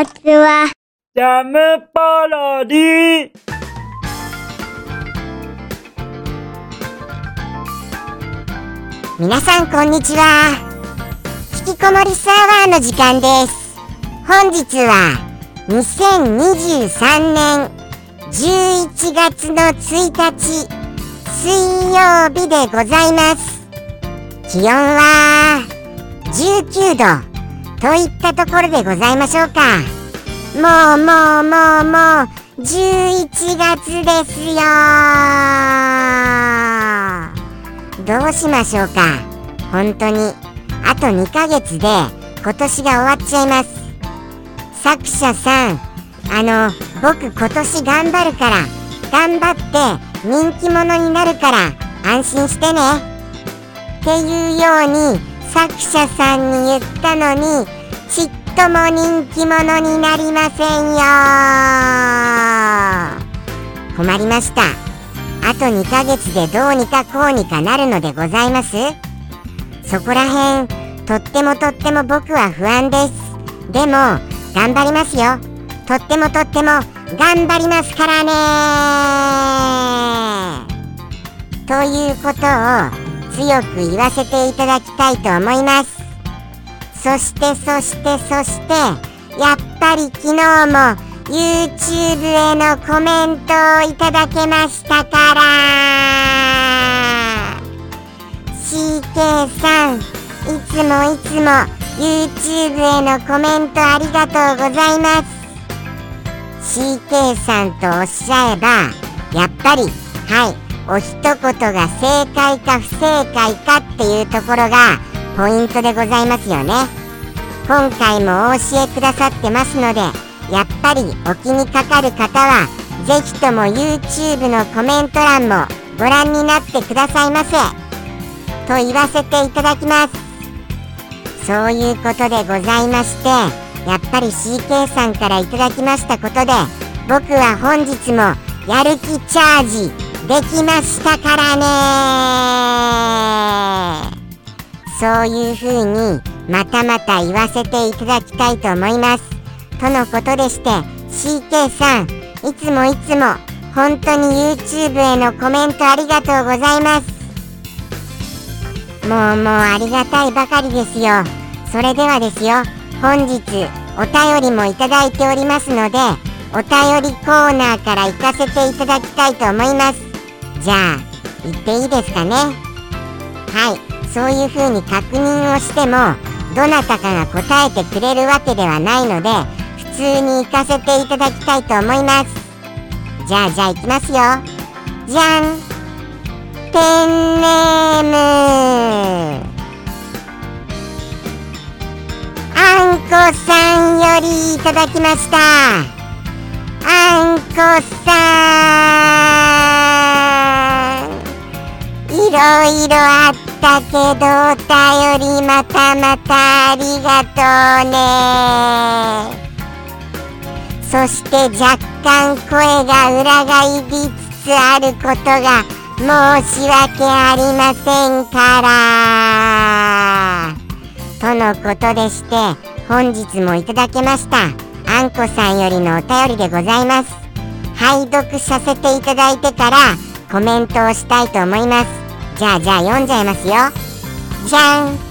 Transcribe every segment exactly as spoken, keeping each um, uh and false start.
ちは。 ジャムパロディ。 皆さんこんにちは。引きこもりサーバーの時間です。本日はにせんにじゅうさんねんじゅういちがつのついたち水曜日でございます。気温はじゅうきゅうどといったところでございましょうか。もうもうもうもうじゅういちがつですよ。どうしましょうか。本当にあとにかげつで今年が終わっちゃいます。作者さん、あの僕今年頑張るから、頑張って人気者になるから安心してねっていうように作者さんに言ったのに、ちっとも人気者になりませんよ。困りました。あとにかげつでどうにかこうにかなるのでございます。そこらへんとってもとっても僕は不安です。でも頑張りますよ。とってもとっても頑張りますからね。ということを強く言わせていただきたいと思います。そしてそしてそしてやっぱり昨日も YouTube へのコメントをいただけましたから、 シーケー さん、いつもいつも YouTube へのコメントありがとうございます。 シーケー さんとおっしゃえばやっぱりはいお一言が正解か不正解かっていうところがポイントでございますよね。今回もお教えくださってますので、やっぱりお気にかかる方はぜひとも YouTube のコメント欄もご覧になってくださいませと言わせていただきます。そういうことでございまして、やっぱり シーケー さんからいただきましたことで僕は本日もやる気チャージできましたからね。そういう風にまたまた言わせていただきたいと思いますとのことでして、 シーケー さんいつもいつも本当に YouTube へのコメントありがとうございます。もうもうありがたいばかりですよ。それではですよ、本日お便りもいただいておりますので、お便りコーナーから行かせていただきたいと思います。じゃあ言っていいですかね。はい、そういう風に確認をしてもどなたかが答えてくれるわけではないので、普通に行かせていただきたいと思います。じゃあじゃあ行きますよ。じゃん。ペンネームあんこさんよりいただきました。あんこさん、いろいろあったけどお便りまたまたありがとうね。そして若干声が裏返りつつあることが申し訳ありませんからとのことでして、本日もいただけましたあんこさんよりのお便りでございます。拝読させていただいてからコメントをしたいと思います。じゃあじゃあ読んじゃいますよ。じゃん。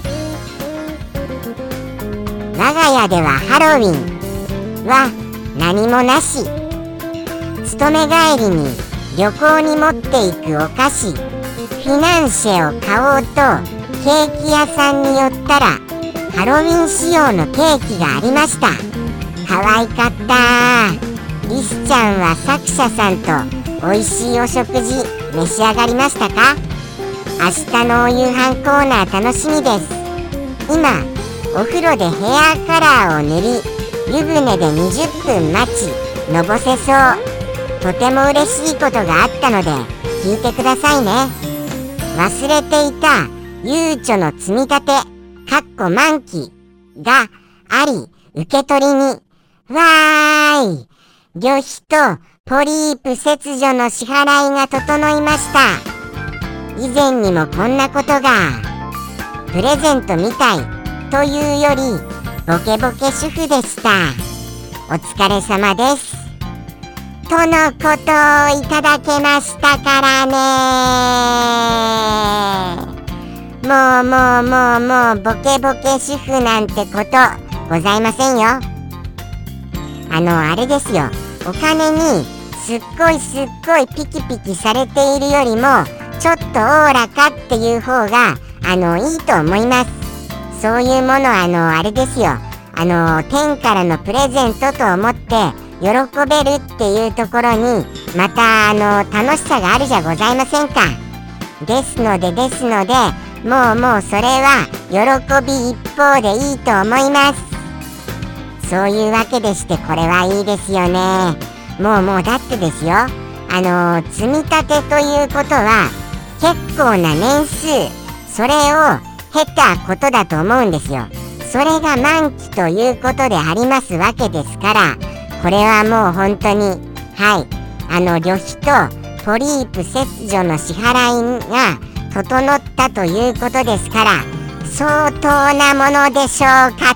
我が家ではハロウィンは何もなし。勤め帰りに旅行に持っていくお菓子フィナンシェを買おうとケーキ屋さんに寄ったらハロウィン仕様のケーキがありました。可愛かった。リスちゃんは作者さんと美味しいお食事召し上がりましたか？明日のお夕飯コーナー楽しみです。今お風呂でヘアカラーを塗り湯船でにじゅっぷん待ちのぼせそう。とても嬉しいことがあったので聞いてくださいね。忘れていたゆうちょの積み立てかっこ満期があり受け取りにわーい旅費とポリープ切除の支払いが整いました。以前にもこんなことがプレゼントみたいというよりボケボケ主婦でした。 お疲れ様です。とのことをいただけましたからね。もうもうもうもうボケボケ主婦なんてことございませんよ。あのあれですよ、お金にすっごいすっごいピキピキされているよりもちょっとおおらかっていう方があのいいと思います。そういうものあのあれですよ、あの天からのプレゼントと思って喜べるっていうところにまたあの楽しさがあるじゃございませんか。ですのでですのでもうもうそれは喜び一方でいいと思います。そういうわけでしてこれはいいですよね。もうもうだってですよ、あの積み立てということは結構な年数それを経たことだと思うんですよ。それが満期ということでありますわけですから、これはもう本当にはいあの旅費とポリープ切除の支払いが整ったということですから相当なものでしょうか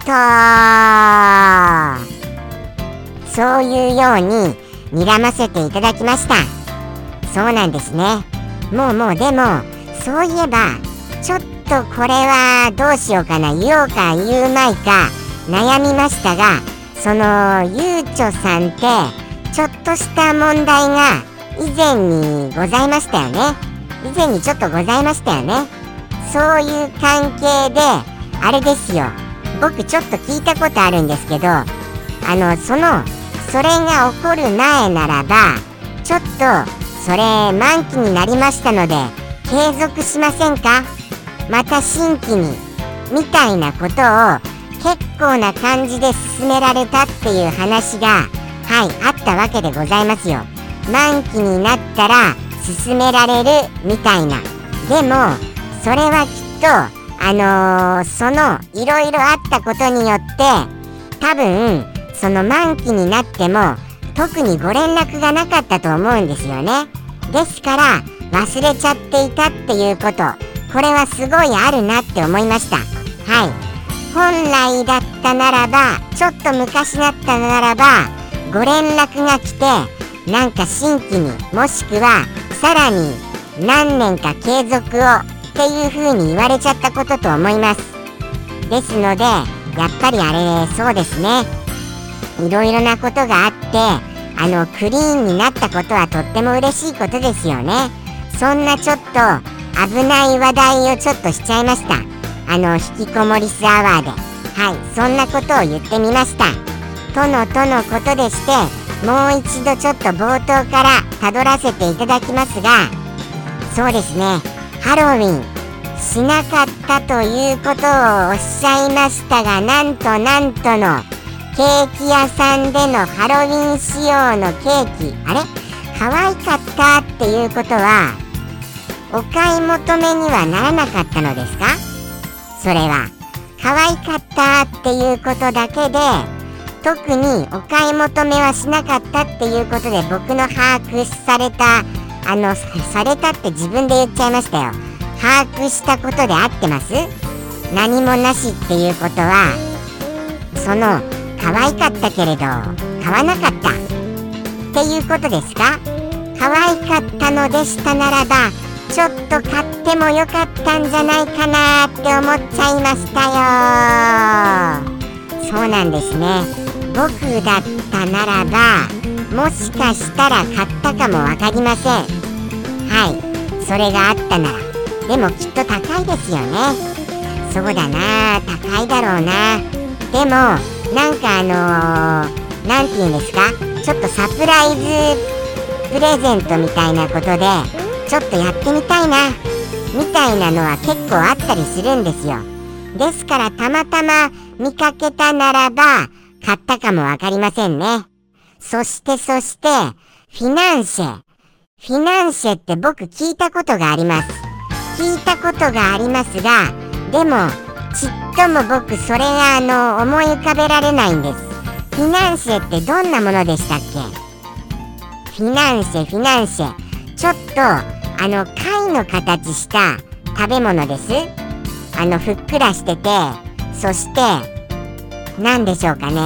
と、そういうように睨ませていただきました。そうなんですね。もうもうでもそういえばちょっとこれはどうしようかな、言おうか言うまいか悩みましたが、そのゆうちょさんってちょっとした問題が以前にございましたよね。以前にちょっとございましたよね。そういう関係であれですよ、僕ちょっと聞いたことあるんですけど、あのそのそれが起こる前ならばちょっとそれ満期になりましたので継続しませんか、また新規にみたいなことを結構な感じで進められたっていう話がはいあったわけでございますよ。満期になったら進められるみたいな。でもそれはきっとあのー、そのいろいろあったことによって多分その満期になっても特にご連絡がなかったと思うんですよね。ですから忘れちゃっていたっていうこと、これはすごいあるなって思いました。はい、本来だったならばちょっと昔だったならばご連絡が来てなんか新規にもしくはさらに何年か継続をっていう風に言われちゃったことと思います。ですのでやっぱりあれそうですね、いろいろなことがあってあのクリーンになったことはとっても嬉しいことですよね。そんなちょっと危ない話題をちょっとしちゃいました。あの引きこもりスアワーではいそんなことを言ってみました。とのとのことでしてもう一度ちょっと冒頭からたどらせていただきますが、そうですね、ハロウィンしなかったということをおっしゃいましたが、なんとなんとのケーキ屋さんでのハロウィン仕様のケーキ、あれ可愛かったっていうことはお買い求めにはならなかったのですか。それは可愛かったっていうことだけで特にお買い求めはしなかったっていうことで僕の把握されたあのされたって自分で言っちゃいましたよ。把握したことで合ってます？何もなしっていうことはその可愛かったけれど買わなかったっていうことですか？可愛かったのでしたならばちょっと買ってもよかったんじゃないかなって思っちゃいましたよ。そうなんですね。僕だったならばもしかしたら買ったかもわかりません。はい、それがあったなら。でもきっと高いですよね。そうだな、高いだろうな。でもなんかあのー、なんて言うんですか、ちょっとサプライズプレゼントみたいなことでちょっとやってみたいなみたいなのは結構あったりするんですよ。ですからたまたま見かけたならば買ったかもわかりませんね。そしてそしてフィナンシェフィナンシェって僕聞いたことがあります。聞いたことがありますが、でもちっとも僕それがあの思い浮かべられないんです。フィナンシェってどんなものでしたっけ？フィナンシェフィナンシェちょっとあの貝の形した食べ物です。あのふっくらしてて、そして何でしょうかね、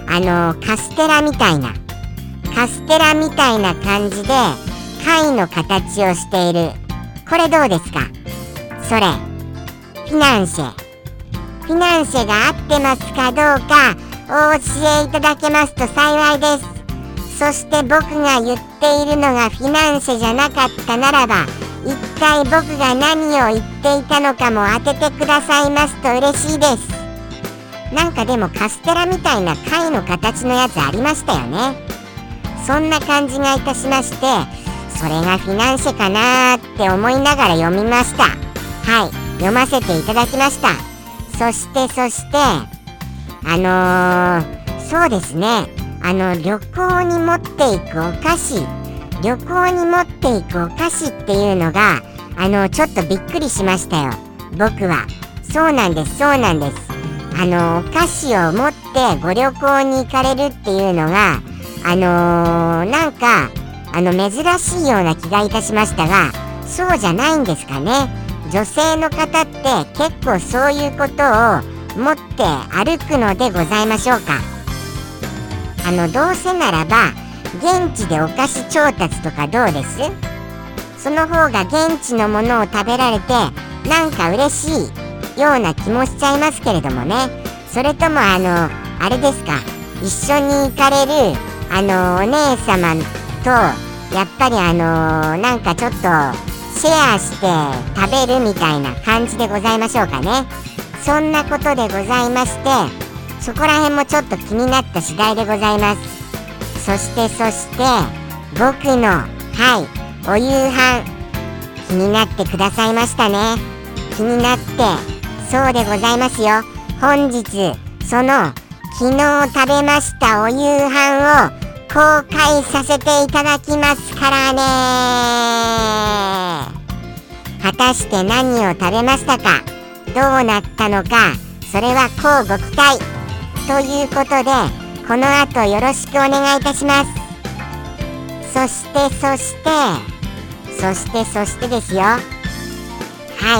あのカステラみたいなカステラみたいな感じで貝の形をしている。これどうですか？それフィナンシェフィナンシェが合ってますかどうかお教えいただけますと幸いです。そして僕が言っているのがフィナンシェじゃなかったならば、一体僕が何を言っていたのかも当ててくださいますと嬉しいです。なんかでもカステラみたいな貝の形のやつありましたよね。そんな感じがいたしまして、それがフィナンシェかなーって思いながら読みました。はい、読ませていただきました。そしてそしてあのー、そうですね、あの旅行に持っていくお菓子旅行に持っていくお菓子っていうのがあのちょっとびっくりしましたよ、僕は。そうなんですそうなんですあのお菓子を持ってご旅行に行かれるっていうのがあのー、なんかあの珍しいような気がいたしましたが、そうじゃないんですかね。女性の方って結構そういうことを持って歩くのでございましょうか。あのどうせならば現地でお菓子調達とかどうです？その方が現地のものを食べられてなんか嬉しいような気もしちゃいますけれどもね。それともあのあれですか、一緒に行かれるあのお姉様とやっぱりあのなんかちょっとシェアして食べるみたいな感じでございましょうかね。そんなことでございまして、そこら辺もちょっと気になった次第でございます。そしてそして僕のはいお夕飯気になってくださいましたね。気になってそうでございますよ。本日その昨日食べましたお夕飯を公開させていただきますからね。果たして何を食べましたか、どうなったのか、それは乞うご期待ということで、この後よろしくお願いいたします。そしてそしてそしてそしてですよ、はい、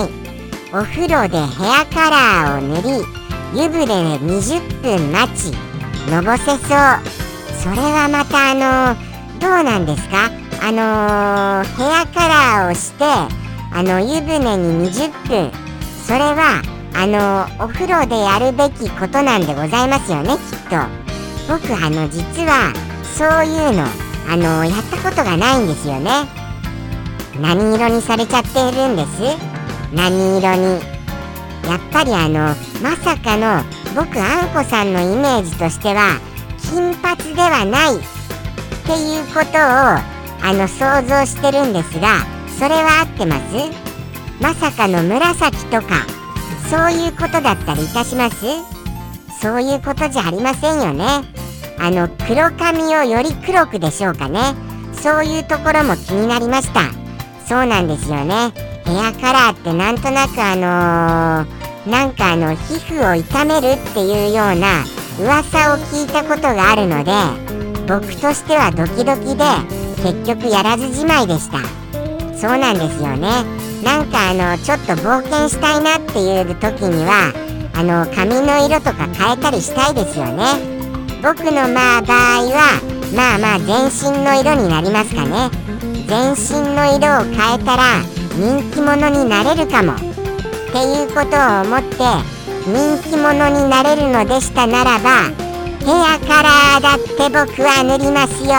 お風呂でヘアカラーを塗り湯船でにじゅっぷん待ちのぼせそう。それはまたあのー、どうなんですか。あのー、ヘアカラーをしてあの湯船ににじゅっぷん、それはあのー、お風呂でやるべきことなんでございますよね、きっと。僕あの実はそういうのあのー、やったことがないんですよね。何色にされちゃっているんです？何色に。やっぱりあのまさかの僕あんこさんのイメージとしては金髪ではないっていうことをあの想像してるんですが、それは合ってます？まさかの紫とかそういうことだったりいたします？そういうことじゃありませんよね。あの黒髪をより黒くでしょうかね。そういうところも気になりました。そうなんですよね。ヘアカラーってなんとなくあのー、なんかあの皮膚を傷めるっていうような噂を聞いたことがあるので、僕としてはドキドキで結局やらずじまいでした。そうなんですよね。なんかあのちょっと冒険したいなっていう時にはあの髪の色とか変えたりしたいですよね。僕のまあ場合はまあまあ全身の色になりますかね。全身の色を変えたら人気者になれるかもっていうことを思って人気者になれるのでしたならば、ヘアカラーだって僕は塗りますよ。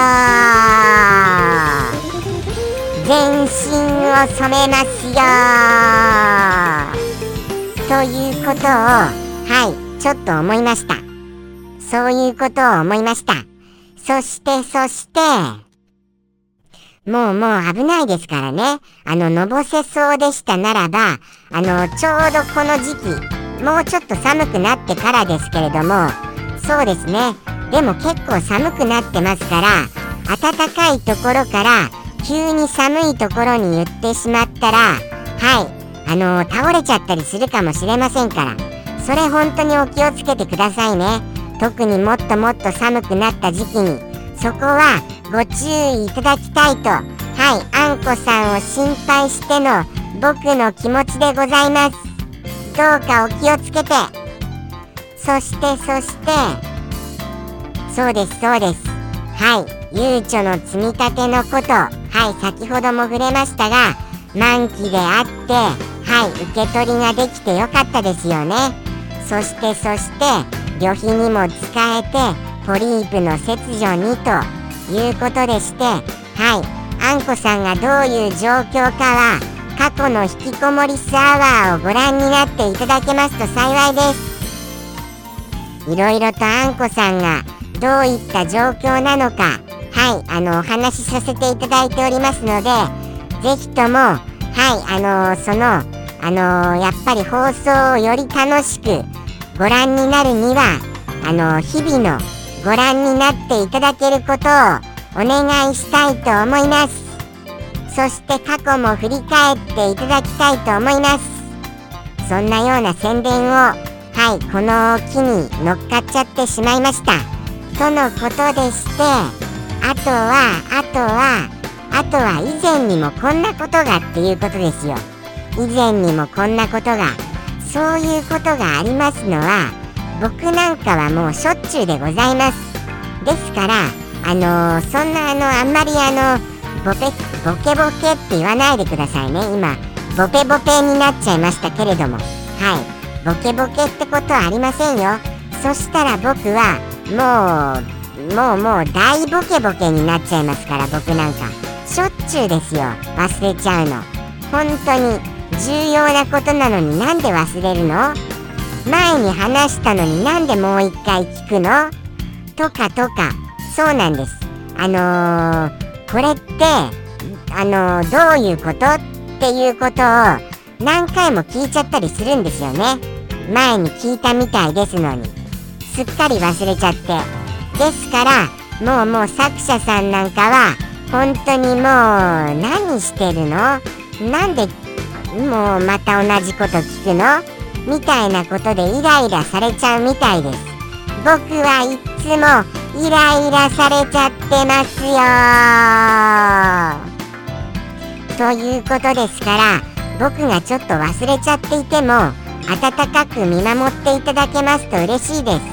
全身を染めますよということをはいちょっと思いました。そういうことを思いました。そしてそしてもうもう危ないですからね。あののぼせそうでしたならばあのちょうどこの時期もうちょっと寒くなってからですけれども、そうですね。でも結構寒くなってますから、暖かいところから急に寒いところに行ってしまったらはいあの倒れちゃったりするかもしれませんから、それ本当にお気をつけてくださいね。特にもっともっと寒くなった時期にそこはご注意いただきたいと、はいあんこさんを心配しての僕の気持ちでございます。どうかお気をつけて。そしてそしてそうですそうです。はい、ゆうちょの積み立てのこと、はい、先ほども触れましたが、満期であって、はい、受け取りができてよかったですよね。そしてそして旅費にも使えて、ポリープの切除にということでして、はい、あんこさんがどういう状況かは過去の引きこもりスアワーをご覧になっていただけますと幸いです。いろいろとあんこさんがどういった状況なのか、はい、あのお話しさせていただいておりますので、ぜひとも、はい、あのその、あのやっぱり放送をより楽しくご覧になるには、あの日々のご覧になっていただけることをお願いしたいと思います。そして過去も振り返っていただきたいと思います。そんなような宣伝を、はい、この機に乗っかっちゃってしまいましたとのことでして、あとはあとはあとは以前にもこんなことがっていうことですよ。以前にもこんなことが、そういうことがありますのは僕なんかはもうしょっちゅうでございます。ですからあのー、そんなあのあんまりあのボペボケボケって言わないでくださいね。今ボペボペになっちゃいましたけれども、はい、ボケボケってことはありませんよ。そしたら僕はもうもうもう大ボケボケになっちゃいますから、僕なんかしょっちゅうですよ、忘れちゃうの。本当に重要なことなのになんで忘れるの？前に話したのになんでもう一回聞くの？とかとか、そうなんです。あのー、これってあのー、どういうことっていうことを何回も聞いちゃったりするんですよね。前に聞いたみたいですのにすっかり忘れちゃって。ですからもうもう作者さんなんかは本当にもう何してるの？なんでもうまた同じこと聞くの？みたいなことでイライラされちゃうみたいです。僕はいつもイライラされちゃってますよ。ということですから、僕がちょっと忘れちゃっていても温かく見守っていただけますと嬉しいです。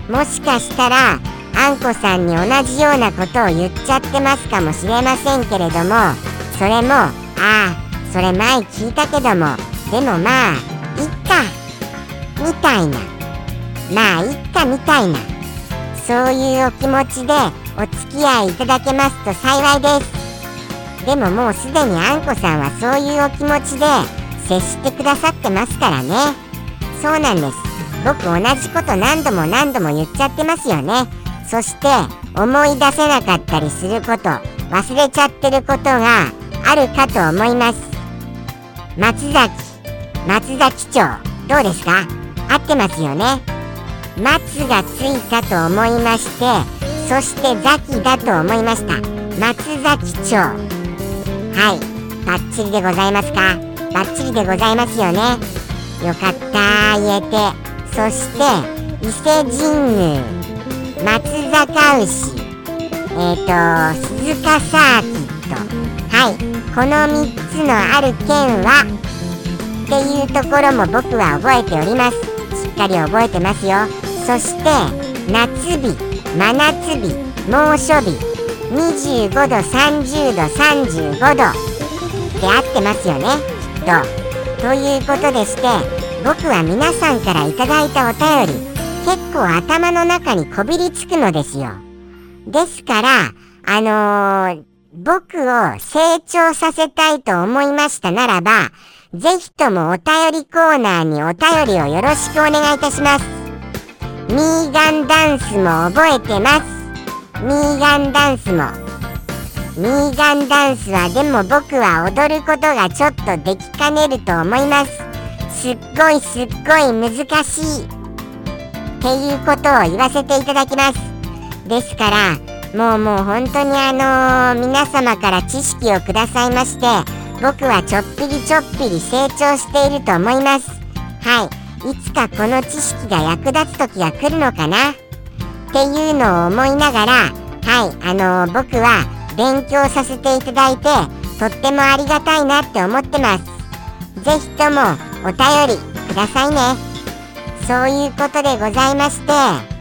もしかしたらあんこさんに同じようなことを言っちゃってますかもしれませんけれども、それもああそれ前聞いたけどもでもまあいっかみたいな、まあいっかみたいな、そういうお気持ちでお付き合いいただけますと幸いです。でももうすでにあんこさんはそういうお気持ちで接してくださってますからね。そうなんです。僕同じこと何度も何度も言っちゃってますよね。そして思い出せなかったりすること、忘れちゃってることがあるかと思います。松崎松崎町どうですか？合ってますよね。松がついたと思いまして、そして崎だと思いました。松崎町、はい、バッチリでございますか？バッチリでございますよね。よかった言えて。そして伊勢神宮、松坂牛、えっ、ー、と鈴鹿サーキット、はい、このみっつのある県はっていうところも僕は覚えております。しっかり覚えてますよ。そして夏日、真夏日、猛暑日、にじゅうごど、さんじゅうど、さんじゅうごどで合ってますよね、きっと。ということでして、僕は皆さんからいただいたお便り結構頭の中にこびりつくのですよ。ですからあのー、僕を成長させたいと思いましたならば、ぜひともお便りコーナーにお便りをよろしくお願いいたします。ミーガンダンスも覚えてます。ミーガンダンスもミーガンダンスはでも僕は踊ることがちょっとできかねると思います。すっごいすっごい難しいっていうことを言わせていただきます。ですからもうもう本当にあのー、皆様から知識をくださいまして、僕はちょっぴりちょっぴり成長していると思います。はい、いつかこの知識が役立つ時が来るのかなっていうのを思いながら、はい、あのー、僕は勉強させていただいてとってもありがたいなって思ってます。ぜひともお便りくださいね。そういうことでございまして、あ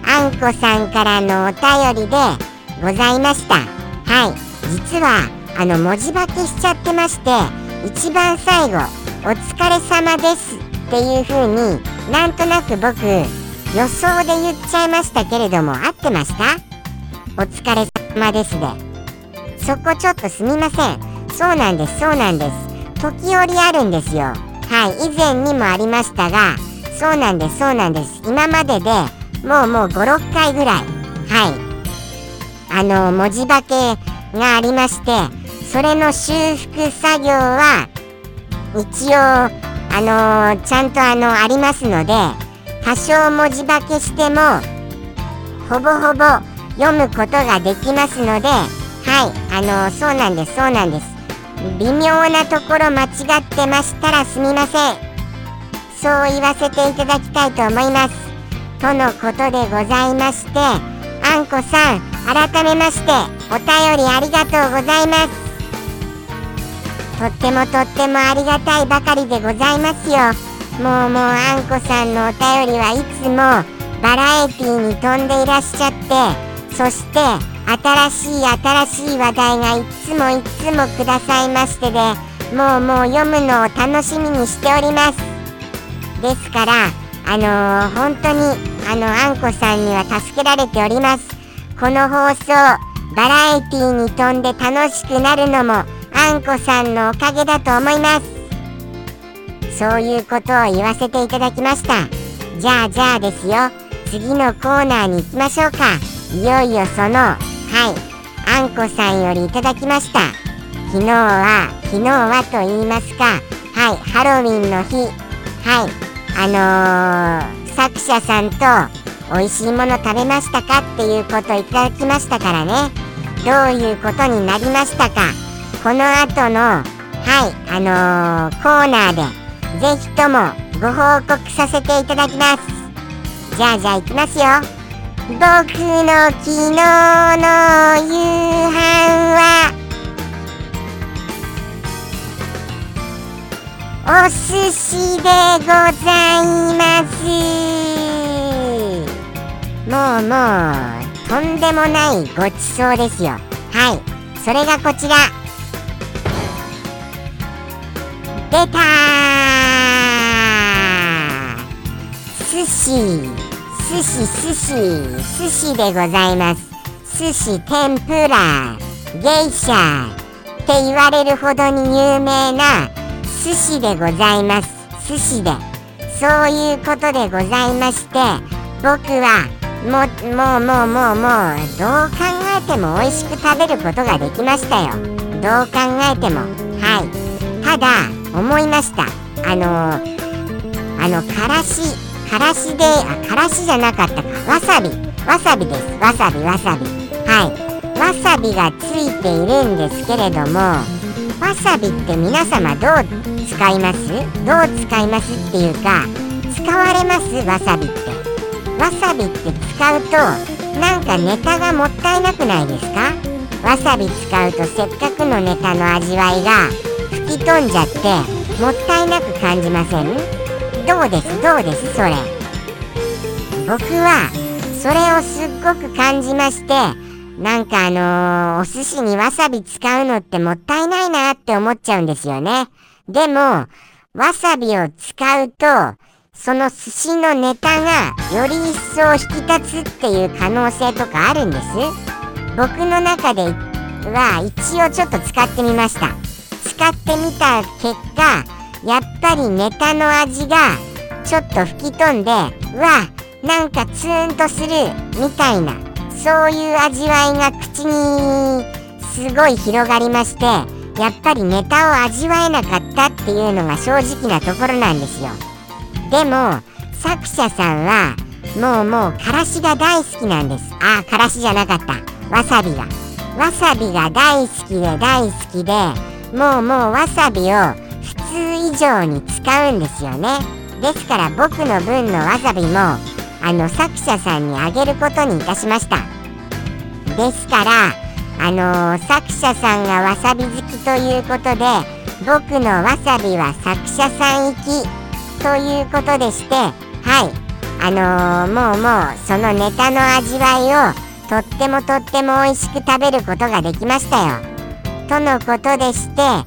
あんこさんからのお便りでございました。はい、実はあの文字化けしちゃってまして、一番最後お疲れ様ですっていう風になんとなく僕予想で言っちゃいましたけれども、合ってました？お疲れ様ですで。そこちょっとすみません。そうなんですそうなんです。時折あるんですよ。はい、以前にもありましたが、そうなんですそうなんです。今まででもうもうご、ろっかいぐらい、はい、あの文字化けがありまして、それの修復作業は一応あのー、ちゃんとあのありますので、多少文字化けしてもほぼほぼ読むことができますので、はい、あのー、そうなんですそうなんです。微妙なところ間違ってましたらすみません。そう言わせていただきたいと思います。とのことでございまして、あんこさん改めましてお便りありがとうございます。とってもとってもありがたいばかりでございますよ。もうもうあんこさんのお便りはいつもバラエティに富んでいらっしゃって、そして新しい新しい話題がいつもいつもくださいましてで、もうもう読むのを楽しみにしております。ですからあのー、本当にあのあんこさんには助けられております。この放送バラエティに富んで楽しくなるのもあんこさんのおかげだと思います。そういうことを言わせていただきました。じゃあじゃあですよ、次のコーナーに行きましょうか。いよいよそのはいあんこさんよりいただきました。昨日は昨日はと言いますか、はいハロウィンの日、はいあのー、作者さんと美味しいもの食べましたかっていうことをいただきましたからね。どういうことになりましたか、この後のはいあのー、コーナーでぜひともご報告させていただきます。じゃあじゃあいきますよ。僕の昨日の夕飯はお寿司でございます。もうもうとんでもないごちそうですよ。はい、それがこちら。出たー、寿司寿司寿司寿司でございます。寿司、天ぷら、ゲイシャって言われるほどに有名な寿司でございます。寿司で、そういうことでございまして、僕はももうもうもうもうどう考えても美味しく食べることができましたよ。どう考えても。はい、ただ思いました。あのー、あのからしからしであからしじゃなかったか、わさびわさびです。わさびわさびはいわさびがついているんですけれども、わさびって皆様どう使います？どう使いますっていうか、使われます？わさびって。わさびって使うとなんかネタがもったいなくないですか？わさび使うとせっかくのネタの味わいが吹き飛んじゃってもったいなく感じません？どうですどうですそれ。僕はそれをすっごく感じまして、なんかあのー、お寿司にわさび使うのってもったいないなって思っちゃうんですよね。でもわさびを使うとその寿司のネタがより一層引き立つっていう可能性とかあるんです。僕の中では一応ちょっと使ってみました。使ってみた結果、やっぱりネタの味がちょっと吹き飛んで、うわなんかツーンとするみたいな、そういう味わいが口にすごい広がりまして、やっぱりネタを味わえなかったっていうのが正直なところなんですよ。でも作者さんはもうもうからしが大好きなんです。あーからしじゃなかった、わさびがわさびが大好きで大好きで、もうもうわさびを普通以上に使うんですよね。ですから僕の分のわさびもあの作者さんにあげることにいたしました。ですからあのー、作者さんがわさび好きということで、僕のわさびは作者さん行きということでして、はいあのー、もうもうそのネタの味わいをとってもとっても美味しく食べることができましたよ。とのことでして、はい、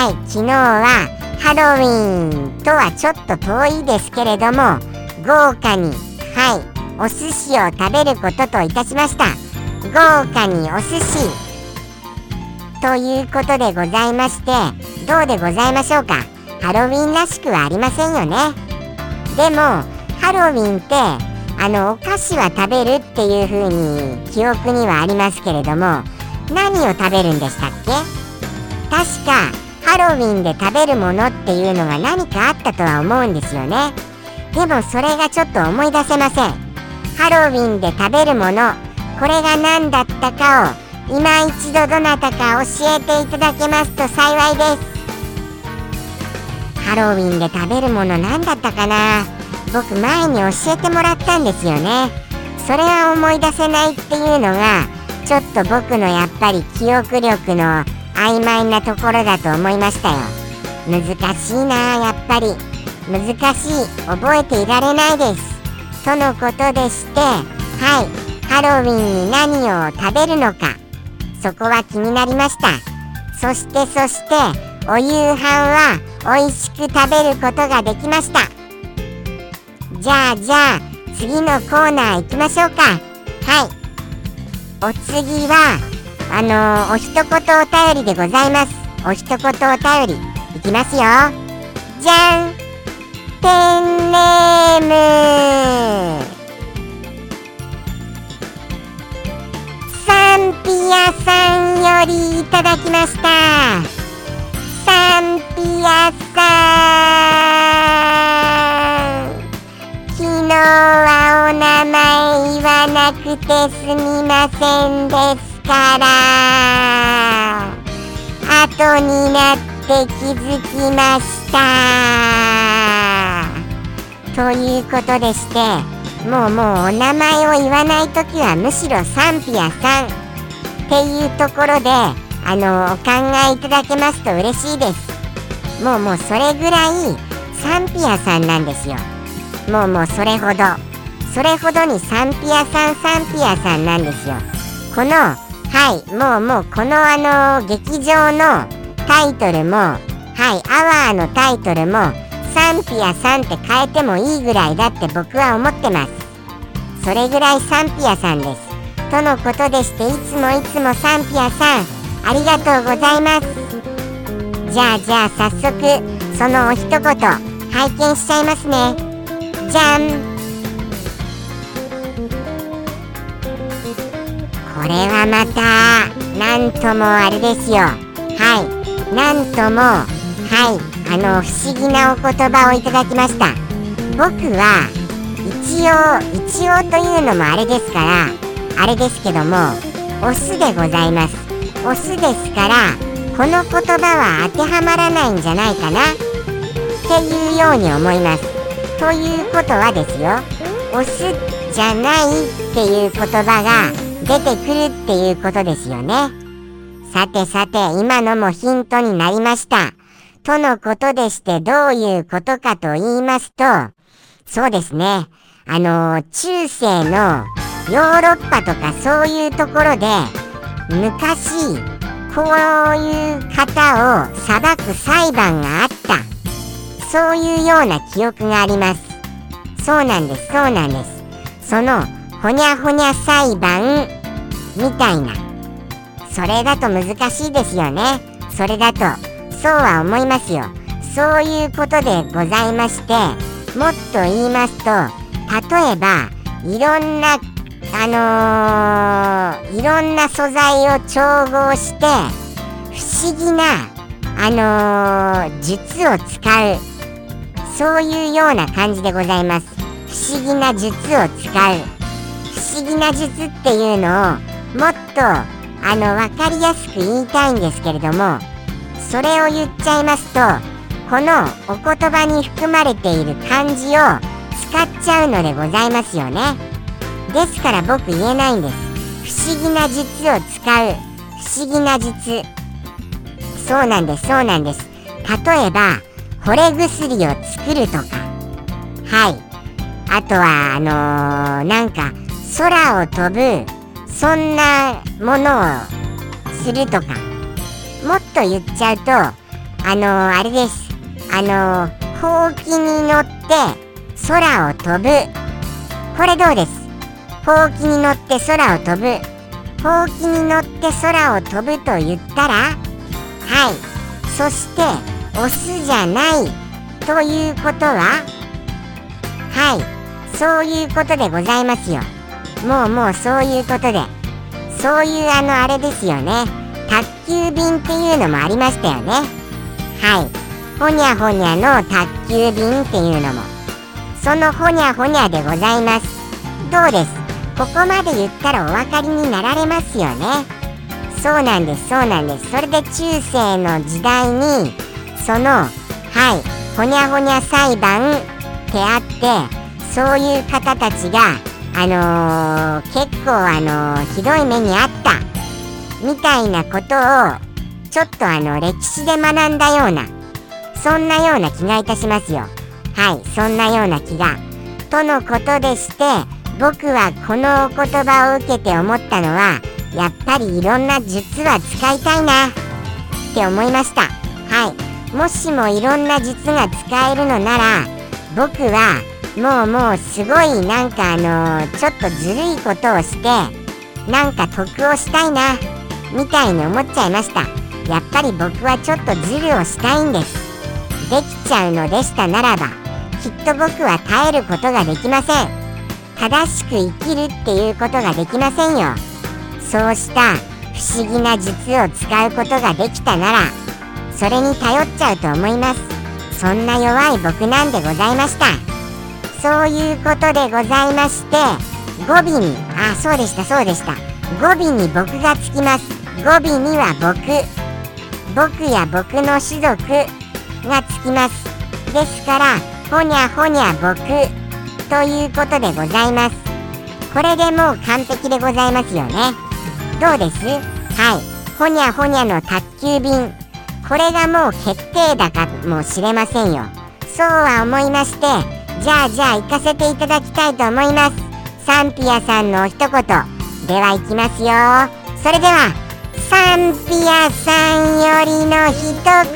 昨日はハロウィーンとはちょっと遠いですけれども、豪華に、はい、お寿司を食べることといたしました。豪華にお寿司ということでございまして、どうでございましょうか。ハロウィンらしくはありませんよね。でもハロウィンってあのお菓子は食べるっていう風に記憶にはありますけれども、何を食べるんでしたっけ。確かハロウィンで食べるものっていうのが何かあったとは思うんですよね。でもそれがちょっと思い出せません。ハロウィンで食べるもの、これが何だったかを今一度どなたか教えていただけますと幸いです。ハロウィンで食べるもの何だったかな。僕前に教えてもらったんですよね。それは思い出せないっていうのがちょっと僕のやっぱり記憶力の曖昧なところだと思いましたよ。難しいな、やっぱり難しい、覚えていられないです。とのことでして、はい、ハロウィンに何を食べるのか、そこは気になりました。そしてそしてお夕飯は美味しく食べることができました。じゃあじゃあ次のコーナー行きましょうか。はい、お次はあのー、お一言お便りでございます。お一言お便りいきますよ。じゃん、ペンネームサンピアさんよりいただきました。サンピアさん、昨日はお名前言わなくてすみませんですから、後になって気づきました。ということでして、もうもうお名前を言わないときはむしろサンピアさんっていうところであのお考えいただけますと嬉しいです。もうもうそれぐらいサンピアさんなんですよ。もうもうそれほどそれほどにサンピアさんサンピアさんなんですよ。このはいもうもうこのあの劇場のタイトルもはいアワーのタイトルもサンピアさんって変えてもいいぐらいだって僕は思ってます。それぐらいサンピアさんです。とのことでして、いつもいつもサンピアさんありがとうございます。じゃあじゃあ早速そのお一言拝見しちゃいますね。じゃん。これはまたなんともあれですよ。はいなんともはいあの不思議なお言葉をいただきました。僕は一応一応というのもあれですからあれですけどもオスでございます。オスですからこの言葉は当てはまらないんじゃないかなっていうように思います。ということはですよ、オスじゃないっていう言葉が出てくるっていうことですよね。さてさて今のもヒントになりました。とのことでして、どういうことかと言いますと、そうですねあの中世のヨーロッパとかそういうところで昔こういう方を裁く裁判があった、そういうような記憶があります。そうなんですそうなんです。そのほにゃほにゃ裁判みたいな、それだと難しいですよね。それだとそうは思いますよ。そういうことでございまして、もっと言いますと、例えばいろんなあのー、いろんな素材を調合して不思議なあのー、術を使う、そういうような感じでございます。不思議な術を使う、不思議な術っていうのをもっとあの分かりやすく言いたいんですけれども、それを言っちゃいますとこのお言葉に含まれている漢字を使っちゃうのでございますよね。ですから僕言えないんです。不思議な術を使う、不思議な術、そうなんですそうなんです。例えば惚れ薬を作るとか、はいあとはあのー、なんか空を飛ぶそんなものをするとか、もっと言っちゃうとあのー、あれです。あのー、ほうきに乗って空を飛ぶ、これどうです？ほうきに乗って空を飛ぶ、ほうきに乗って空を飛ぶと言ったら、はい、そしてオスじゃないということは、はい、そういうことでございますよ。もうもうそういうことで、そういうあのあれですよね、宅急便っていうのもありましたよね。はい、ほにゃほにゃの宅急便っていうのも、そのほにゃほにゃでございます。どうです？ここまで言ったらお分かりになられますよね。そうなんです、そうなんです。それで中世の時代にその、はい、ほにゃほにゃ裁判ってあって、そういう方たちがあのー、結構あのー、ひどい目にあったみたいなことをちょっとあの歴史で学んだような、そんなような気がいたしますよ。はい、そんなような気がとのことでして、僕はこのお言葉を受けて思ったのは、やっぱりいろんな術は使いたいなって思いました。はい、もしもいろんな術が使えるのなら、僕はもうもうすごいなんかあのー、ちょっとずるいことをしてなんか得をしたいなみたいに思っちゃいました。やっぱり僕はちょっとズルをしたいんです。できちゃうのでしたならば、きっと僕は耐えることができません。正しく生きるっていうことができませんよ。そうした不思議な術を使うことができたなら、それに頼っちゃうと思います。そんな弱い僕なんでございました。そういうことでございまして、語尾に、あ、そうでしたそうでした、語尾に僕がつきます。語尾には僕、僕や僕の種族がつきます。ですからほにゃほにゃ僕ということでございます。これでもう完璧でございますよね。どうです？はい、ほにゃほにゃの宅急便、これがもう決定だかもしれませんよ。そうは思いまして、じゃあじゃあ行かせていただきたいと思います。サンピアさんのお一言では行きますよ。それではサンピアさんよりの一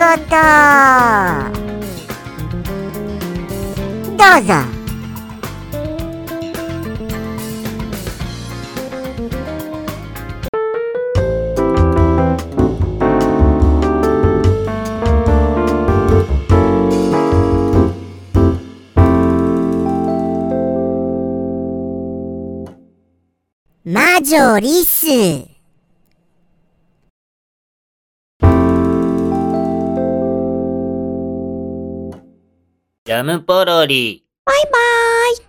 言どうぞ。魔女リス。 ジャムポロリ。 バイバーイ。